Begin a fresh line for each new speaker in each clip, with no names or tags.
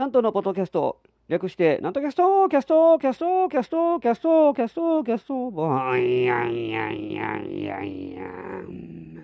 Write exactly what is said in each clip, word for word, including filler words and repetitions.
なんとのポッドキャスト、略して、なんとキャスト、キャスト、キャスト、キャスト、キャスト、キャスト、キャスト、ボンヤンヤンヤンヤンヤン。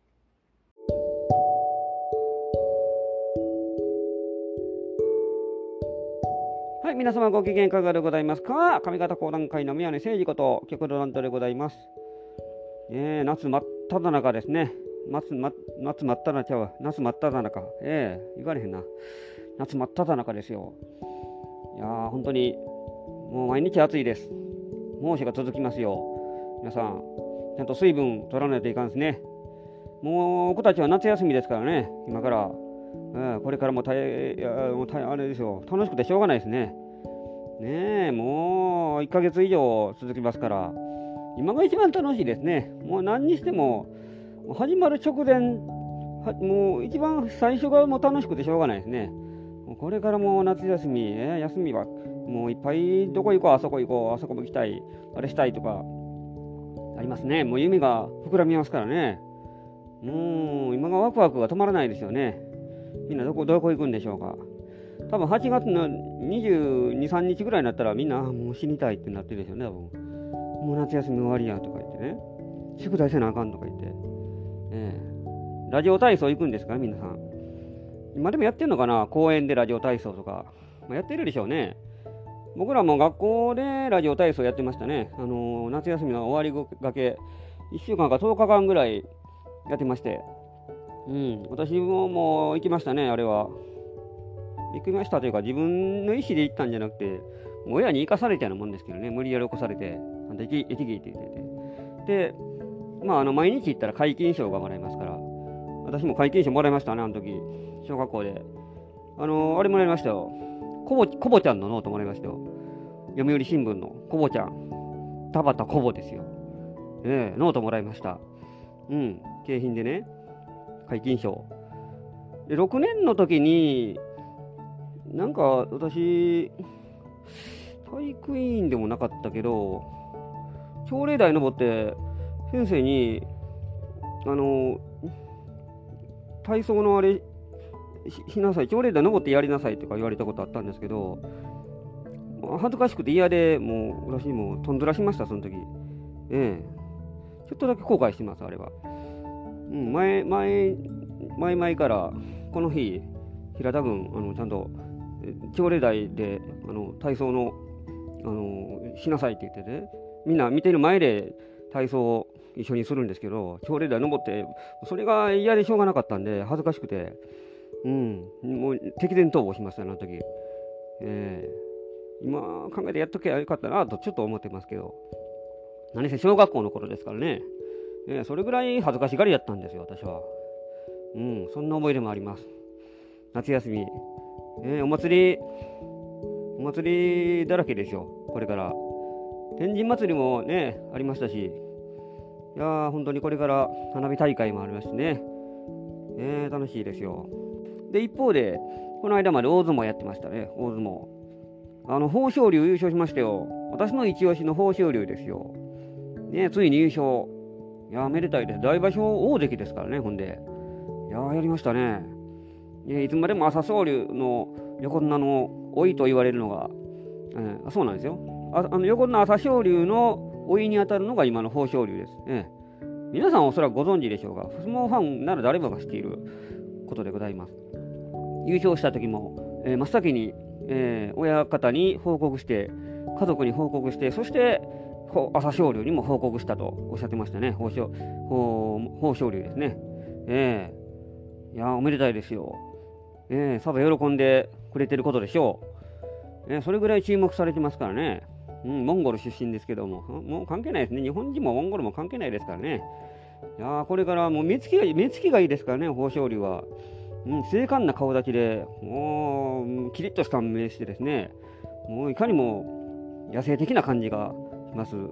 はい、皆様ご機嫌いかがでございますか？上方講談会の宮根誠司こと極度なんとでございます。えー、夏真っ只中ですね。夏真夏真っ只中は夏真っ只中。ええー、言われへんな。夏真っ只中ですよ。いやー、本当にもう毎日暑いです。猛暑が続きますよ。皆さん、ちゃんと水分取らないといかんですね。もう僕たちは夏休みですからね、今から。えー、これからも大いやもう大あれですよ、楽しくてしょうがないですね。ねえ、もういっかげつ以上続きますから、今が一番楽しいですね。もう何にしても、始まる直前、はもう一番最初がもう楽しくてしょうがないですね。これからもう夏休み、えー、休みはもういっぱいどこ行こう、あそこ行こう、あそこも行きたい、あれしたいとかありますね。もう夢が膨らみますからね。もう今がワクワクが止まらないですよね。みんなどこどこ行くんでしょうか。多分はちがつのにじゅうに、さんにちぐらいになったらみんなもう死にたいってなってるでしょうね。もう夏休み終わりやとか言ってね、宿題せなあかんとか言って、えー、ラジオ体操行くんですか皆さん。今でもやってんのかな、公園でラジオ体操とか、まあ、やってるでしょうね。僕らも学校でラジオ体操やってましたね。あのー、夏休みの終わりがけいっしゅうかんかとおかかんぐらいやってまして、うん、私ももう行きましたね。あれは行きましたというか、自分の意思で行ったんじゃなくて、親に行かされたようなもんですけどね。無理やり起こされて、あんた行き行きって言ってて、で、まあ、あの毎日行ったら皆勤賞がもらえますから、私も皆勤賞もらいましたね、あの時小学校で。あのー、あれもらいましたよ。コボコボちゃんのノートもらいましたよ。読売新聞のコボちゃん、田畑コボですよ。ええ、ノートもらいました。うん、景品でね、皆勤賞で。ろくねんの時になんか私体育委員でもなかったけど、朝礼台登って先生にあの体操のあれ し, しなさい、朝礼台登ってやりなさいとか言われたことあったんですけど、恥ずかしくて嫌で、もう私もとんずらしました、その時。ええ、ちょっとだけ後悔してます、あれは。うん、前前前々からこの日平田軍あのちゃんと朝礼台であの体操のあのしなさいって言ってて、みんな見てる前で体操を一緒にするんですけど、朝礼台登ってそれが嫌でしょうがなかったんで恥ずかしくて、うん、もう敵前逃亡しましたね、あの時。えー、今考えてやっときゃよかったなとちょっと思ってますけど、何せ小学校の頃ですからね、えー、それぐらい恥ずかしがりやったんですよ、私は。うん、そんな思い出もあります。夏休み、えー、お祭り、お祭りだらけですよ、これから。天神祭りもね、ありましたし、いやー、本当にこれから花火大会もありましてね、えー、楽しいですよ。で、一方で、この間まで大相撲やってましたね、大相撲。あの、豊昇龍優勝しましたよ。私の一押しの豊昇龍ですよ。ね、ついに優勝。いやー、めでたいです。大場所大関ですからね、ほんで。いやー、やりましたね。ね、いつまでも朝青龍の横綱の老いと言われるのが、えー、そうなんですよ。ああの横綱朝青龍の老いに当たるのが今の豊昇龍です。えー、皆さんおそらくご存知でしょうが、相撲ファンなら誰もが知っていることでございます。優勝した時も、えー、真っ先に、えー、親方に報告して、家族に報告して、そして朝青龍にも報告したとおっしゃってましたね。豊昇豊昇龍ですね。えー、いやおめでたいですよ。えー、さぞ喜んでくれてることでしょう。えー、それぐらい注目されてますからね。うん、モンゴル出身ですけども、もう関係ないですね。日本人もモンゴルも関係ないですからね。いやこれからもう目つきが目つきがいいですからね、豊昇龍は。うん、精悍な顔立ちで、もうキリッとした目してですね、もういかにも野生的な感じがします。うん、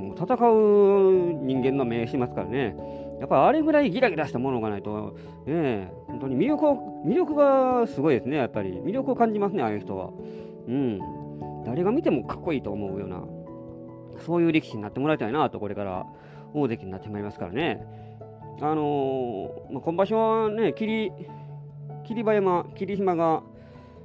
戦う人間の目してますからね。やっぱりあれぐらいギラギラしたものがないと、ね、本当に魅力を魅力がすごいですね。やっぱり魅力を感じますね、ああいう人は。うん、誰が見てもかっこいいと思うような、そういう力士になってもらいたいなと、これから大関になってまいりますからね。あのーまあ、今場所はね、霧、霧馬山、霧島が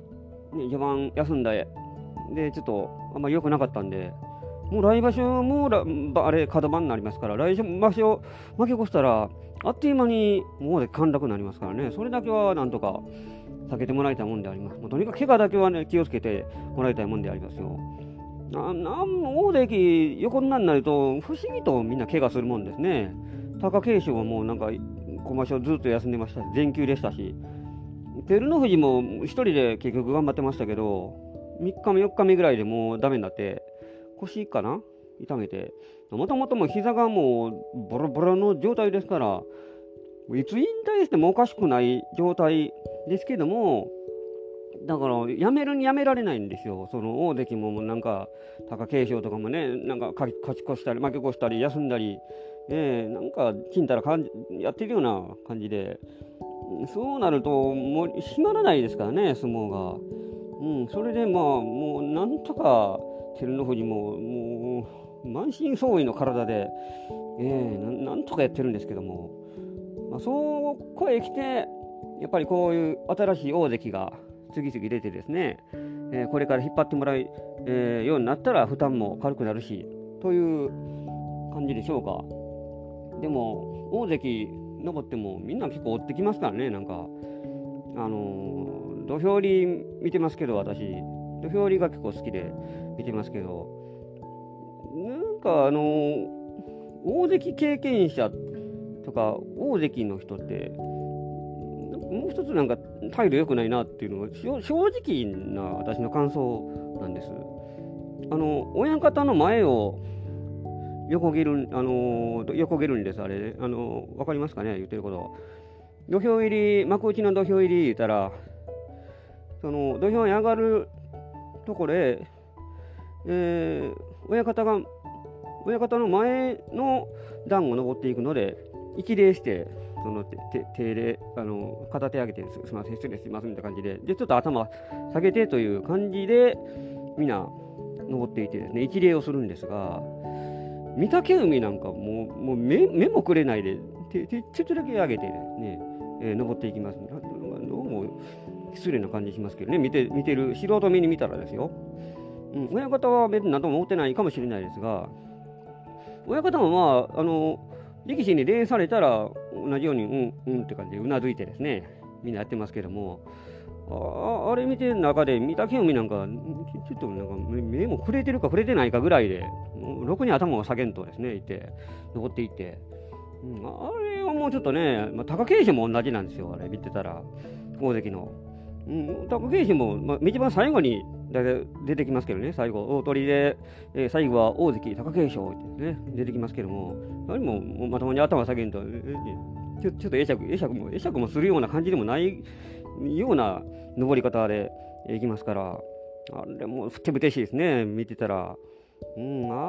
ね、序盤休んで、で、ちょっとあんまり良くなかったんで、もう来場所もらあれ、角番になりますから、来場所負け越したら、あっという間にもうで陥落になりますからね、それだけはなんとか避けてもらいたいもんであります。もうとにかく怪我だけはね、気をつけてもらいたいもんでありますよ。ななん大関横綱になると不思議とみんな怪我するもんですね。貴景勝はもうなんか今場所ずっと休んでましたし、全休でしたし、照ノ富士も一人で結局頑張ってましたけど、みっかめよっかめぐらいでもうダメになって腰かな痛めて、もともとも膝がもうボロボロの状態ですから、いつ引退してもおかしくない状態ですけども、だからやめるにやめられないんですよ。その大関もなんか貴景勝とかもね、なんか勝ち越したり負け越したり休んだり、えー、なんかちんたら感じやってるような感じで、そうなるともう締まらないですからね、相撲が。うん、それでまあもうなんとか照ノ富士ももう満身創痍の体で、えー、な, なんとかやってるんですけども、まあ、そこへ来てやっぱりこういう新しい大関が次々出てですね、えー、これから引っ張ってもらう、えー、ようになったら負担も軽くなるしという感じでしょうか。でも大関登ってもみんな結構追ってきますからね。なんかあのー、土俵入り見てますけど、私土俵入りが結構好きで見てますけど、なんかあのー、大関経験者とか大関の人ってもう一つなんか態度良くないなっていうのが正直な私の感想なんです。あの親方の前を横切る、あのー、横切るんです。あれ、ね、あのー、分かりますかね、言ってること。土俵入り、幕内の土俵入り言ったら、その土俵に上がるところへ、えー、親方が親方の前の段を登っていくので一礼して、その手であの片手上げて、すみません失礼しますみたいな感じで、でちょっと頭下げてという感じでみんな登っていてですね、一礼をするんですが、御嶽海なんかもう、もう 目, 目もくれないで手ちょっとだけ上げてね、えー、登っていきます。どうも失礼な感じしますけどね、見て見てる素人目に見たらですよ。うん、親方は別に何とも思ってないかもしれないですが、親方もまああの力士に礼されたら同じようにうんうんって感じでうなずいてですね、みんなやってますけども、あ, あれ見てる中で御嶽海なんかちょっとなんか目もくれてるか触れてないかぐらいで、ろくに頭を下げんとですねいて登っていって、うん、あれはもうちょっとね、まあ、貴景勝も同じなんですよ。あれ見てたら大関の、うん、貴景勝も、まあ、一番最後にだけ出てきますけどね、最後大鳥で、えー、最後は大関貴景勝ってね出てきますけども、あれももうまともに頭下げんと、えー、ちょちょっと会釈会釈も会釈もするような感じでもないような登り方でいきますから、あれもふてぶてしいですね、見てたら。うん、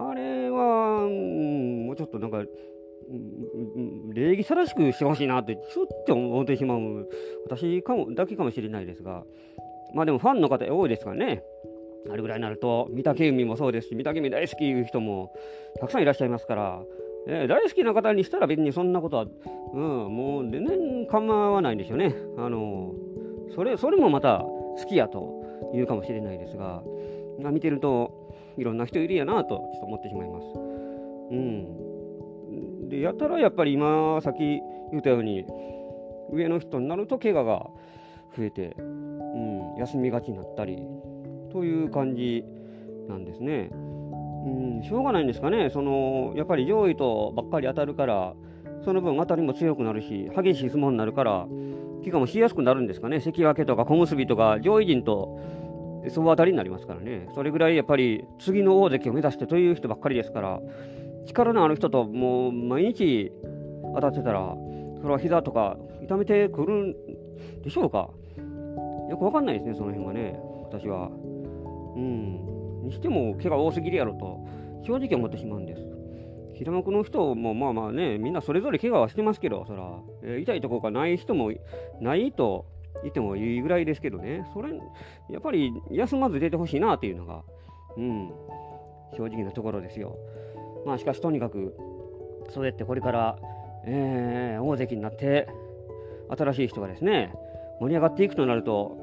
あれは、うん、もうちょっとなんか、うん、礼儀正しくしてほしいなってちょっと思ってしまう私かもだけかもしれないですが、まあでもファンの方多いですからね。あれぐらいになると御嶽海もそうですし、御嶽海大好きいう人もたくさんいらっしゃいますから、えー、大好きな方にしたら別にそんなことは、うん、もう全然構わないんですよね。あのそれそれもまた好きやと言うかもしれないですが、まあ、見てるといろんな人いるやなとちょっと思ってしまいます。うん、でやったらやっぱり今さっき言ったように上の人になると怪我が増えて、うん、休みがちになったりという感じなんですね。うん、しょうがないんですかね。そのやっぱり上位とばっかり当たるから、その分当たりも強くなるし激しい相撲になるから怪我もしやすくなるんですかね。関脇とか小結とか上位陣と総当たりになりますからね。それぐらいやっぱり次の大関を目指してという人ばっかりですから、力のある人ともう毎日当たってたらそれは膝とか痛めてくるんでしょうか。よくわかんないですね、その辺はね、私は。うんにしても怪我多すぎるやろと正直思ってしまうんです。平幕の人もまあまあね、みんなそれぞれ怪我はしてますけど、そら、えー、痛いところがない人もないと言ってもいいぐらいですけどね、それやっぱり休まず出てほしいなっていうのが、うん、正直なところですよ。まあしかしとにかくそうやってこれから、えー、大関になって新しい人がですね盛り上がっていくとなると、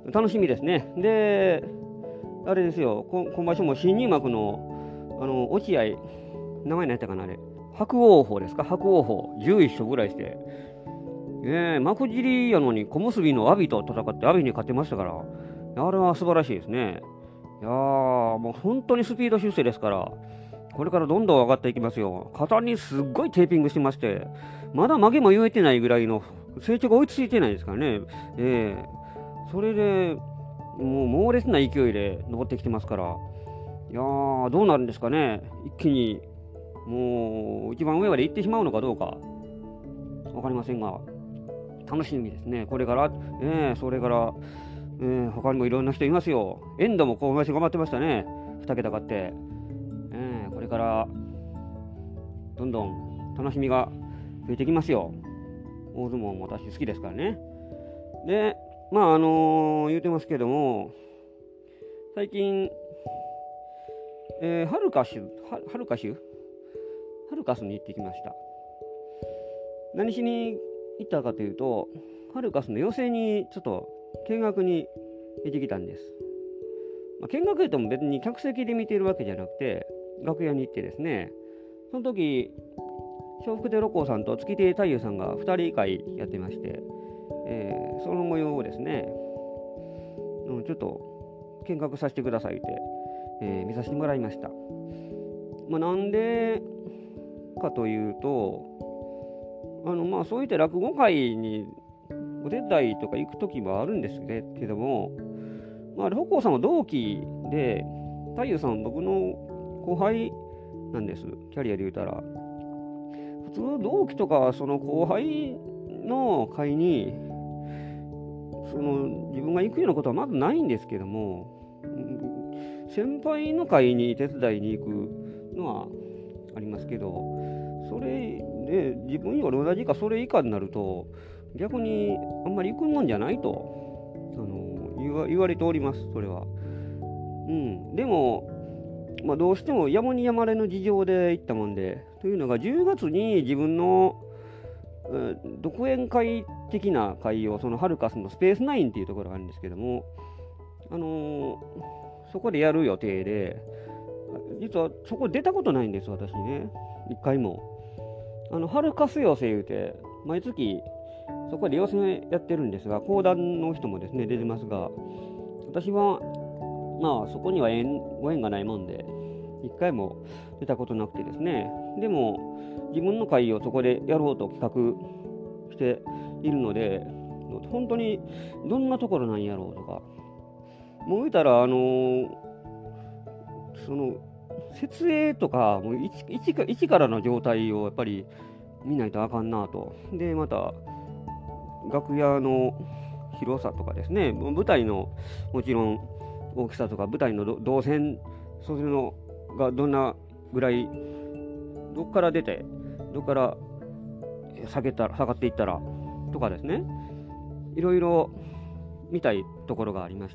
楽しみですね。で、あれですよ、こ今場所も新入幕の、あの落合、名前何やったかな、あれ、伯桜鵬ですか、伯桜鵬、じゅういっ勝ぐらいして、えー、幕尻やのに小結の阿炎と戦って、阿炎に勝ってましたから、あれは素晴らしいですね。いやー、もう本当にスピード修正ですから、これからどんどん上がっていきますよ。肩にすっごいテーピングしてまして、まだ曲げも言えてないぐらいの成長が追いついてないですからね。えー、それで、もう猛烈な勢いで登ってきてますから、いやー、どうなるんですかね。一気に、もう一番上まで行ってしまうのかどうか、わかりませんが、楽しみですね。これから、えー、それから、えー、他にもいろんな人いますよ。遠藤もこう頑張ってましたね。二桁勝って。えー、これから、どんどん楽しみが増えてきますよ。大相撲も私好きですからね。で、まああのー、言うてますけども、最近、えー、ハルカシュ、ハハルカシュハルカスに行ってきました。何しに行ったかというと、ハルカスの寄席にちょっと見学に行ってきたんです。まあ、見学言っても別に客席で見ているわけじゃなくて、楽屋に行ってですね、その時、笑福亭六甲さんと月亭太夫さんがふたり会やってまして、えー、その模様をですね、うん、ちょっと見学させてくださいって、えー、見させてもらいました。まあ、なんでかというと、あのまあそういった落語会にお手伝いとか行く時もあるんですけども、まあ、六甲さんは同期で、太夫さんは僕の後輩なんです、キャリアで言うたら。普通同期とかその後輩の会にその自分が行くようなことはまずないんですけども、先輩の会に手伝いに行くのはありますけど、それで自分より同じかそれ以下になると逆にあんまり行くもんじゃないとあの 言わ、言われております。それは、うん、でもまあ、どうしてもやむにやまれの事情で行ったもんで、というのがじゅうがつに自分の、えー、独演会的な会を、そのハルカスのスペースナインっていうところがあるんですけども、あのー、そこでやる予定で、実はそこ出たことないんです、私ね、一回も。あのハルカス寄せ言うて、毎月そこで寄せやってるんですが、講談の人もですね出てますが、私はまあそこには縁ご縁がないもんで一回も出たことなくてですね、でも自分の会をそこでやろうと企画しているので、本当にどんなところなんやろうとか、もう言うたらあのー、その設営とかもう 一, 一, 一からの状態をやっぱり見ないとあかんなと。でまた楽屋の広さとかですね、舞台のもちろん大きさとか、舞台の動線それのがどんなぐらい、どっから出てどっから下げたら下がっていったらとかですね、いろいろ見たいところがありまして、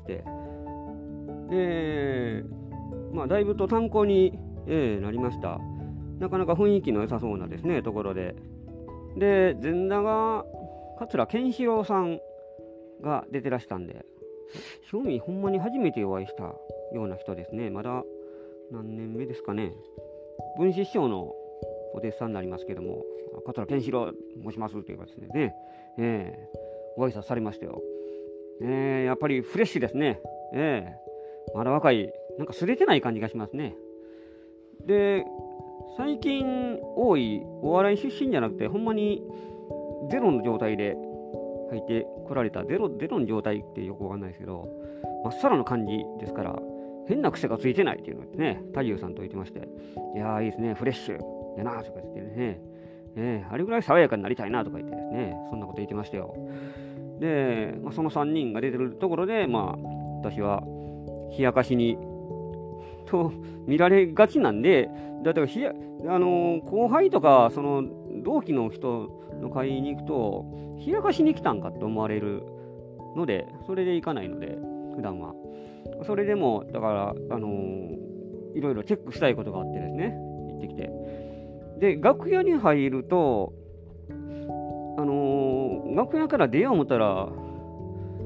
でまあだいぶと参考に、えー、なりました。なかなか雰囲気の良さそうなですねところで、で前座が桂健志郎さんが出てらしたんで、正味ほんまに初めてお会いしたような人ですね。まだ何年目ですかね。文枝師匠のお弟子さんになりますけども、桂健志郎申しますという形でね、えー、ご挨拶されましたよ。えー、やっぱりフレッシュですね。えー、まだ若い、なんかすれてない感じがしますね。で、最近多いお笑い出身じゃなくて、ほんまにゼロの状態で入ってこられた、ゼロ、ゼロの状態ってよくわかんないですけど、まっさらの感じですから、変な癖がついてないっていうのをね、太夫さんと言ってまして、いやーいいですね、フレッシュやなーとか言ってね、えー、あれぐらい爽やかになりたいなとか言ってですね、そんなこと言ってましたよ。で、まあ、そのさんにんが出てるところで、まあ、私は冷やかしにと見られがちなんで、だからひや、あのー、後輩とかその同期の人の会に行くと冷やかしに来たんかと思われるので、それで行かないので普段は。それでもだからあのー、いろいろチェックしたいことがあってですね、行ってきて、で楽屋に入るとあのー、楽屋から出よう思ったら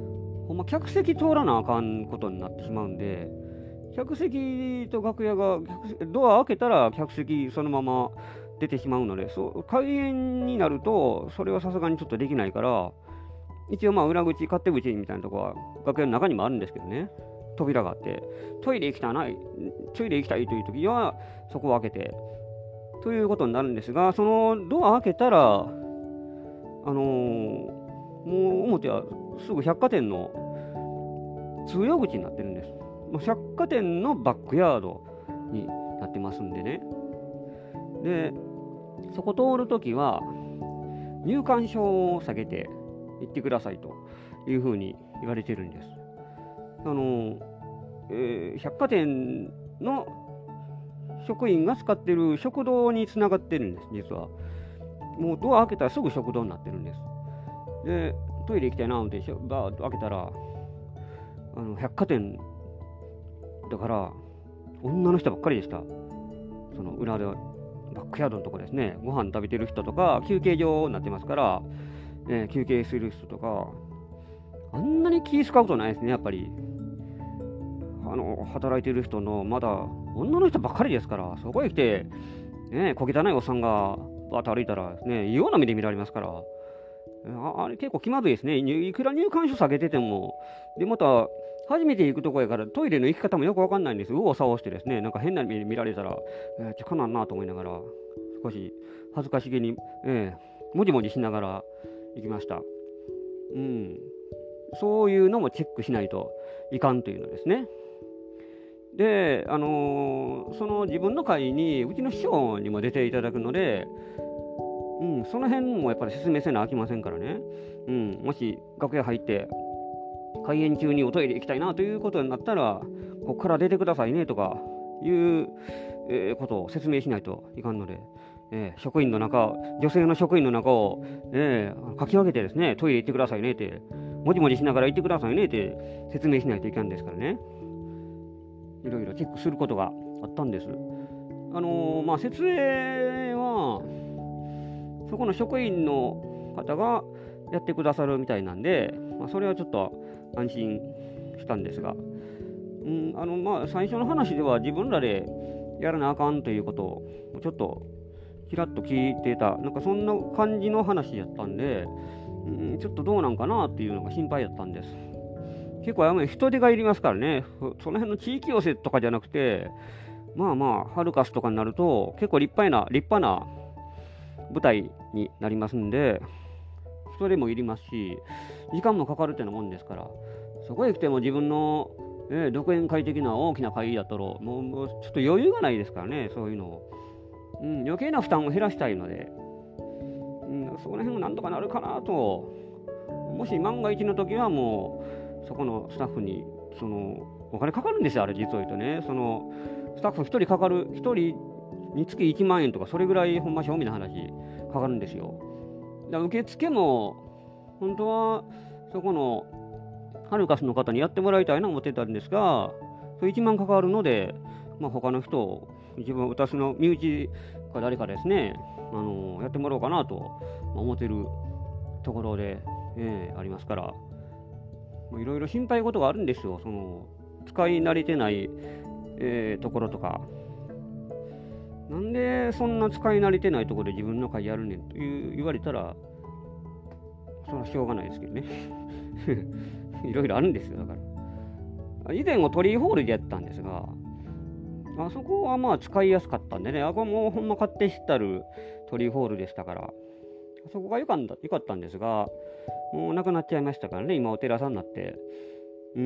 ほんま客席通らなあかんことになってしまうんで、客席と楽屋がドア開けたら客席そのまま出てしまうので、そう開演になるとそれはさすがにちょっとできないから、一応まあ裏口勝手口みたいなとこは楽屋の中にもあるんですけどね、扉があって、トイレ行きたいトイレ行きたいという時はそこを開けてということになるんですが、そのドア開けたらあのー、もう表はすぐ百貨店の通用口になってるんです。百貨店のバックヤードになってますんでね。で、そこ通るときは入館証を下げて行ってくださいというふうに言われてるんです。あの、えー、百貨店の職員が使ってる食堂につながってるんです、実は。もうドア開けたらすぐ食堂になってるんです。で、トイレ行きたいな思ってバーッと開けたら、あの百貨店だから女の人ばっかりでした。その裏でバックヤードのとこですね、ご飯食べてる人とか休憩所になってますから、ね、休憩する人とか、あんなに気使うことないですね、やっぱり。あの働いてる人のまだ女の人ばっかりですから、そこへ来て、ね、小汚いおっさんがバーッと歩いたら、ね、異様な目で見られますから、あ, あれ結構気まずいですね。いくら入館証下げてても、でまた初めて行くとこやからトイレの行き方もよくわかんないんです。右往左往してですね、なんか変な目で見られたら、えー、ちょかなんなと思いながら、少し恥ずかしげに、えー、もじもじしながら行きました。うん、そういうのもチェックしないといかんというのですね。で、あのー、その自分の会にうちの師匠にも出ていただくので、うん、その辺もやっぱり説明せなあきませんからね。うん、もし楽屋入って開演中におトイレ行きたいなということになったら、ここから出てくださいねとかいう、えー、ことを説明しないといかんので、えー、職員の中、女性の職員の中を、えー、かき分けてですね、トイレ行ってくださいねって、もじもじしながら行ってくださいねって説明しないといかんですからね。いろいろチェックすることがあったんです。あのー、まあ設営はそこの職員の方がやってくださるみたいなんで、まあ、それはちょっと安心したんですが、うん、あのまあ最初の話では自分らでやらなあかんということをちょっとちらっと聞いてた、なんかそんな感じの話やったんで、うん、ちょっとどうなんかなっていうのが心配だったんです。結構人手がいりますからね、その辺の地域寄せとかじゃなくて、まあまあハルカスとかになると結構立派な立派な舞台になりますんで、人手もいりますし、時間もかかるってなもんですから、そこへ来ても自分の、えー、独演会的な大きな会議だったらもう、もうちょっと余裕がないですからね、そういうのを、うん、余計な負担を減らしたいので、うん、そこら辺もなんとかなるかなと。もし万が一の時はもうそこのスタッフにそのお金かかるんですよ、あれ実を言うとね。そのスタッフひとりかかる、ひとりにつきいちまんえんとか、それぐらいほんま正味な話かかるんですよ。だ受付も本当はそこのハルカスの方にやってもらいたいな思ってたんですが、それいちまんかかるので、まあ、他の人を、自分私の身内か誰かですね、あのやってもらおうかなと思ってるところで、えー、ありますから、いろいろ心配事があるんですよ。その使い慣れてない、えー、ところとか、なんでそんな使い慣れてないところで自分の会やるねんという言われたら、それはしょうがないですけどね。いろいろあるんですよ。だから以前はトリーホールでやったんですが、あそこはまあ使いやすかったんでね、あこもうほんま勝手知ったるトリーホールでしたから、あそこが良かったんですが、もうなくなっちゃいましたからね、今お寺さんになって。うん、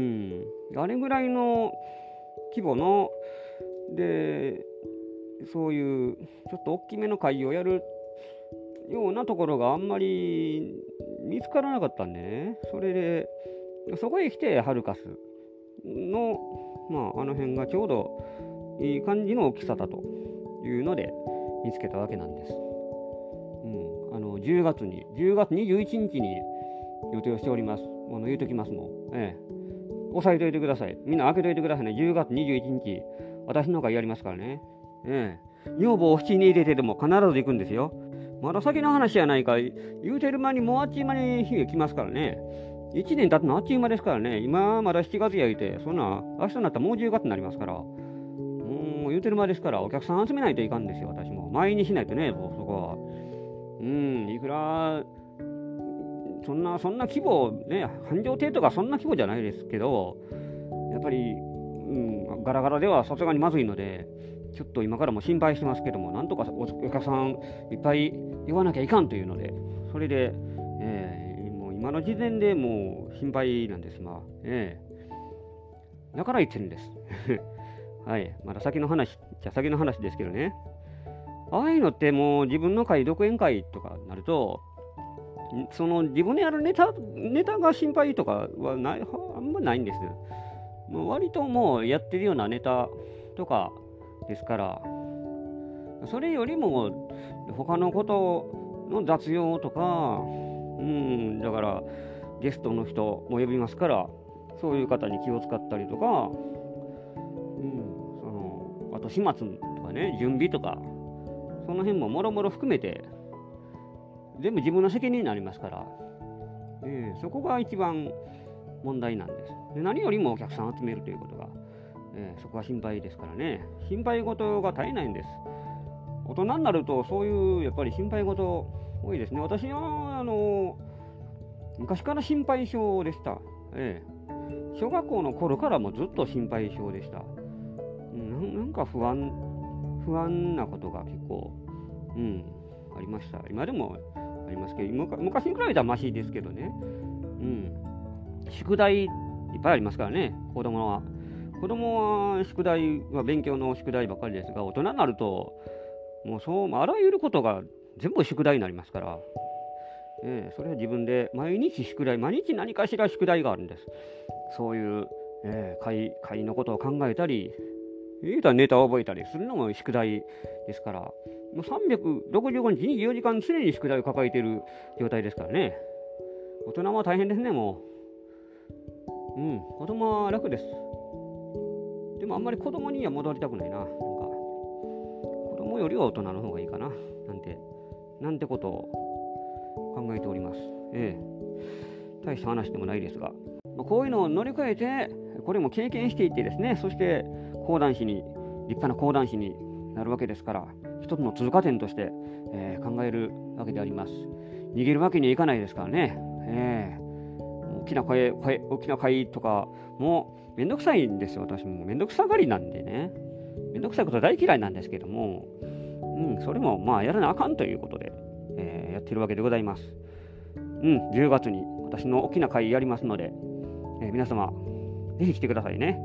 あれぐらいの規模ので、そういうちょっと大きめの会をやるようなところがあんまり見つからなかったんでね、それでそこへ来てハルカスの、まあ、あの辺がちょうどいい感じの大きさだというので見つけたわけなんです。うん、あのじゅうがつにじゅうがつにじゅういちにちに予定をしております。もう言うときますもん。ええ、押さえといてください。みんな開けといてくださいね。じゅうがつにじゅういちにち、私の会やりますからね。ええ、女房を七に入れてでも必ず行くんですよ。まだ先の話やないか、言うてる間にもうあっちまに日が来ますからね。 いちねん経つのあっちゅう間ですからね。今まだしちがつやいて、そんな明日になったらもうじゅうがつになりますから、もう言うてる間ですから、お客さん集めないといかんですよ、私も。前にしないとね、そこは。うん、いくら、そんな、そんな規模、ね、繁盛亭とかそんな規模じゃないですけど、やっぱり、うん、ガラガラではさすがにまずいので、ちょっと今からも心配してますけども、なんとかお客さんいっぱい言わなきゃいかんというので、それで、えー、もう今の時点でもう心配なんです、まあ。えー、だから言ってるんです。はい、まだ先の話、じゃ先の話ですけどね。ああいうのってもう自分の会、独演会とかになると、その自分でやるネタ、ネタが心配とかはない、あんまないんです。もう割ともうやってるようなネタとかですから、それよりも他のことの雑用とか、うん、だからゲストの人も呼びますから、そういう方に気を使ったりとか、うん、そのあと始末とかね、準備とか、その辺ももろもろ含めて、全部自分の責任になりますから、えー、そこが一番問題なんです。で、何よりもお客さん集めるということが、えー、そこは心配ですからね。心配事が絶えないんです。大人になるとそういうやっぱり心配事多いですね。私はあの昔から心配性でした。えー、小学校の頃からもずっと心配性でした。な, なんか不安不安なことが結構、うん、ありました。今でもありますけど、昔に比べたらマシですけどね。うん。宿題いっぱいありますからね、子供は。子供は宿題は勉強の宿題ばっかりですが、大人になると、もうそう、あらゆることが全部宿題になりますから、えー、それは自分で毎日宿題、毎日何かしら宿題があるんです。そういう、えー、会、会のことを考えたり、ネタを覚えたりするのも宿題ですから、もうさんびゃくろくじゅうごにちにじゅうよじかん常に宿題を抱えている状態ですからね。大人は大変ですね、もう。うん、子供は楽です。でもあんまり子供には戻りたくないな。なんか、子供よりは大人の方がいいかな。なんて、なんてことを考えております。ええ。大した話でもないですが、こういうのを乗り越えて、これも経験していってですね、そして講談師に、立派な講談師になるわけですから、一つの通過点として、えー、考えるわけであります。逃げるわけにはいかないですからね。えー、大きな声、声、大きな会とかもうめんどくさいんですよ。私もめんどくさがりなんでね。めんどくさいこと大嫌いなんですけども、うん、それもまあやらなあかんということで、えー、やってるわけでございます。うん、じゅうがつに私の大きな会やりますので、えー、皆様ぜひ来てくださいね。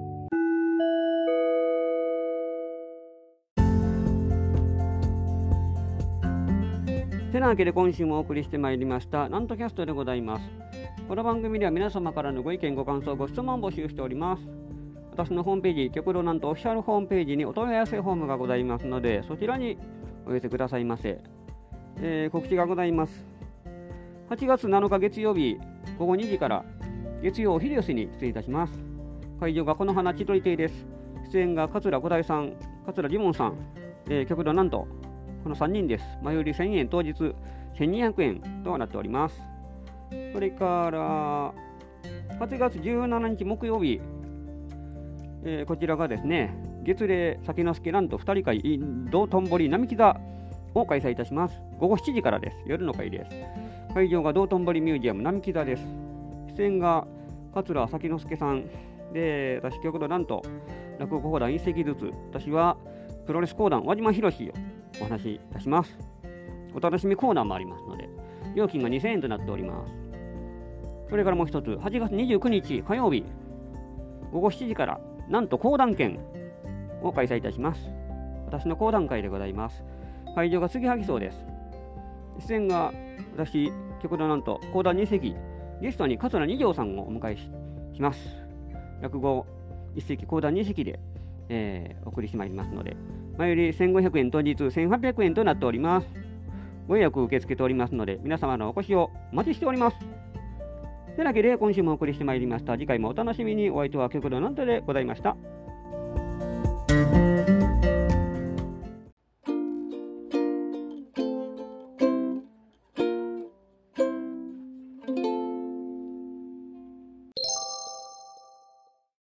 てなわけで今週もお送りしてまいりましたなんとキャストでございます。この番組では皆様からのご意見ご感想ご質問を募集しております。私のホームページ極道なんとオフィシャルホームページにお問い合わせフォームがございますので、そちらにお寄せくださいませ。えー、告知がございます。はちがつなのか月曜日ごごにじから月曜お昼寄せに出演いたします。会場がこの花千鳥亭です。出演が桂小鯛さん、桂ジモンさん、えー、極道なんとこのさんにんです。前売りせんえん、当日せんにひゃくえんとなっております。それからはちがつじゅうしちにち木曜日、えー、こちらがですね、月齢酒之助なんとふたり会道頓堀並木座を開催いたします。ごごしちじからです。夜の会です。会場が道頓堀ミュージアム並木座です。出演が桂酒之助さんで、私極道なんと落語講談一席ずつ、私はプロレス講談輪島博史をお話しいたします。お楽しみコーナーもありますので、料金がにせんえんとなっております。それからもう一つ、はちがつにじゅうくにち火曜日ごごしちじからなんと講談券を開催いたします。私の講談会でございます。会場が杉萩荘です。出演が私極道なんと講談にせき、ゲストに桂二条さんをお迎え し, します。落語いっせき講談にせきで、えー、お送りしてまいりますので、前よりせんごひゃくえん、当日せんはっぴゃくえんとなっております。ご予約受け付けておりますので、皆様のお越しをお待ちしております。というわけで今週もお送りしてまいりました。次回もお楽しみに。お相手は極道なんとでございました。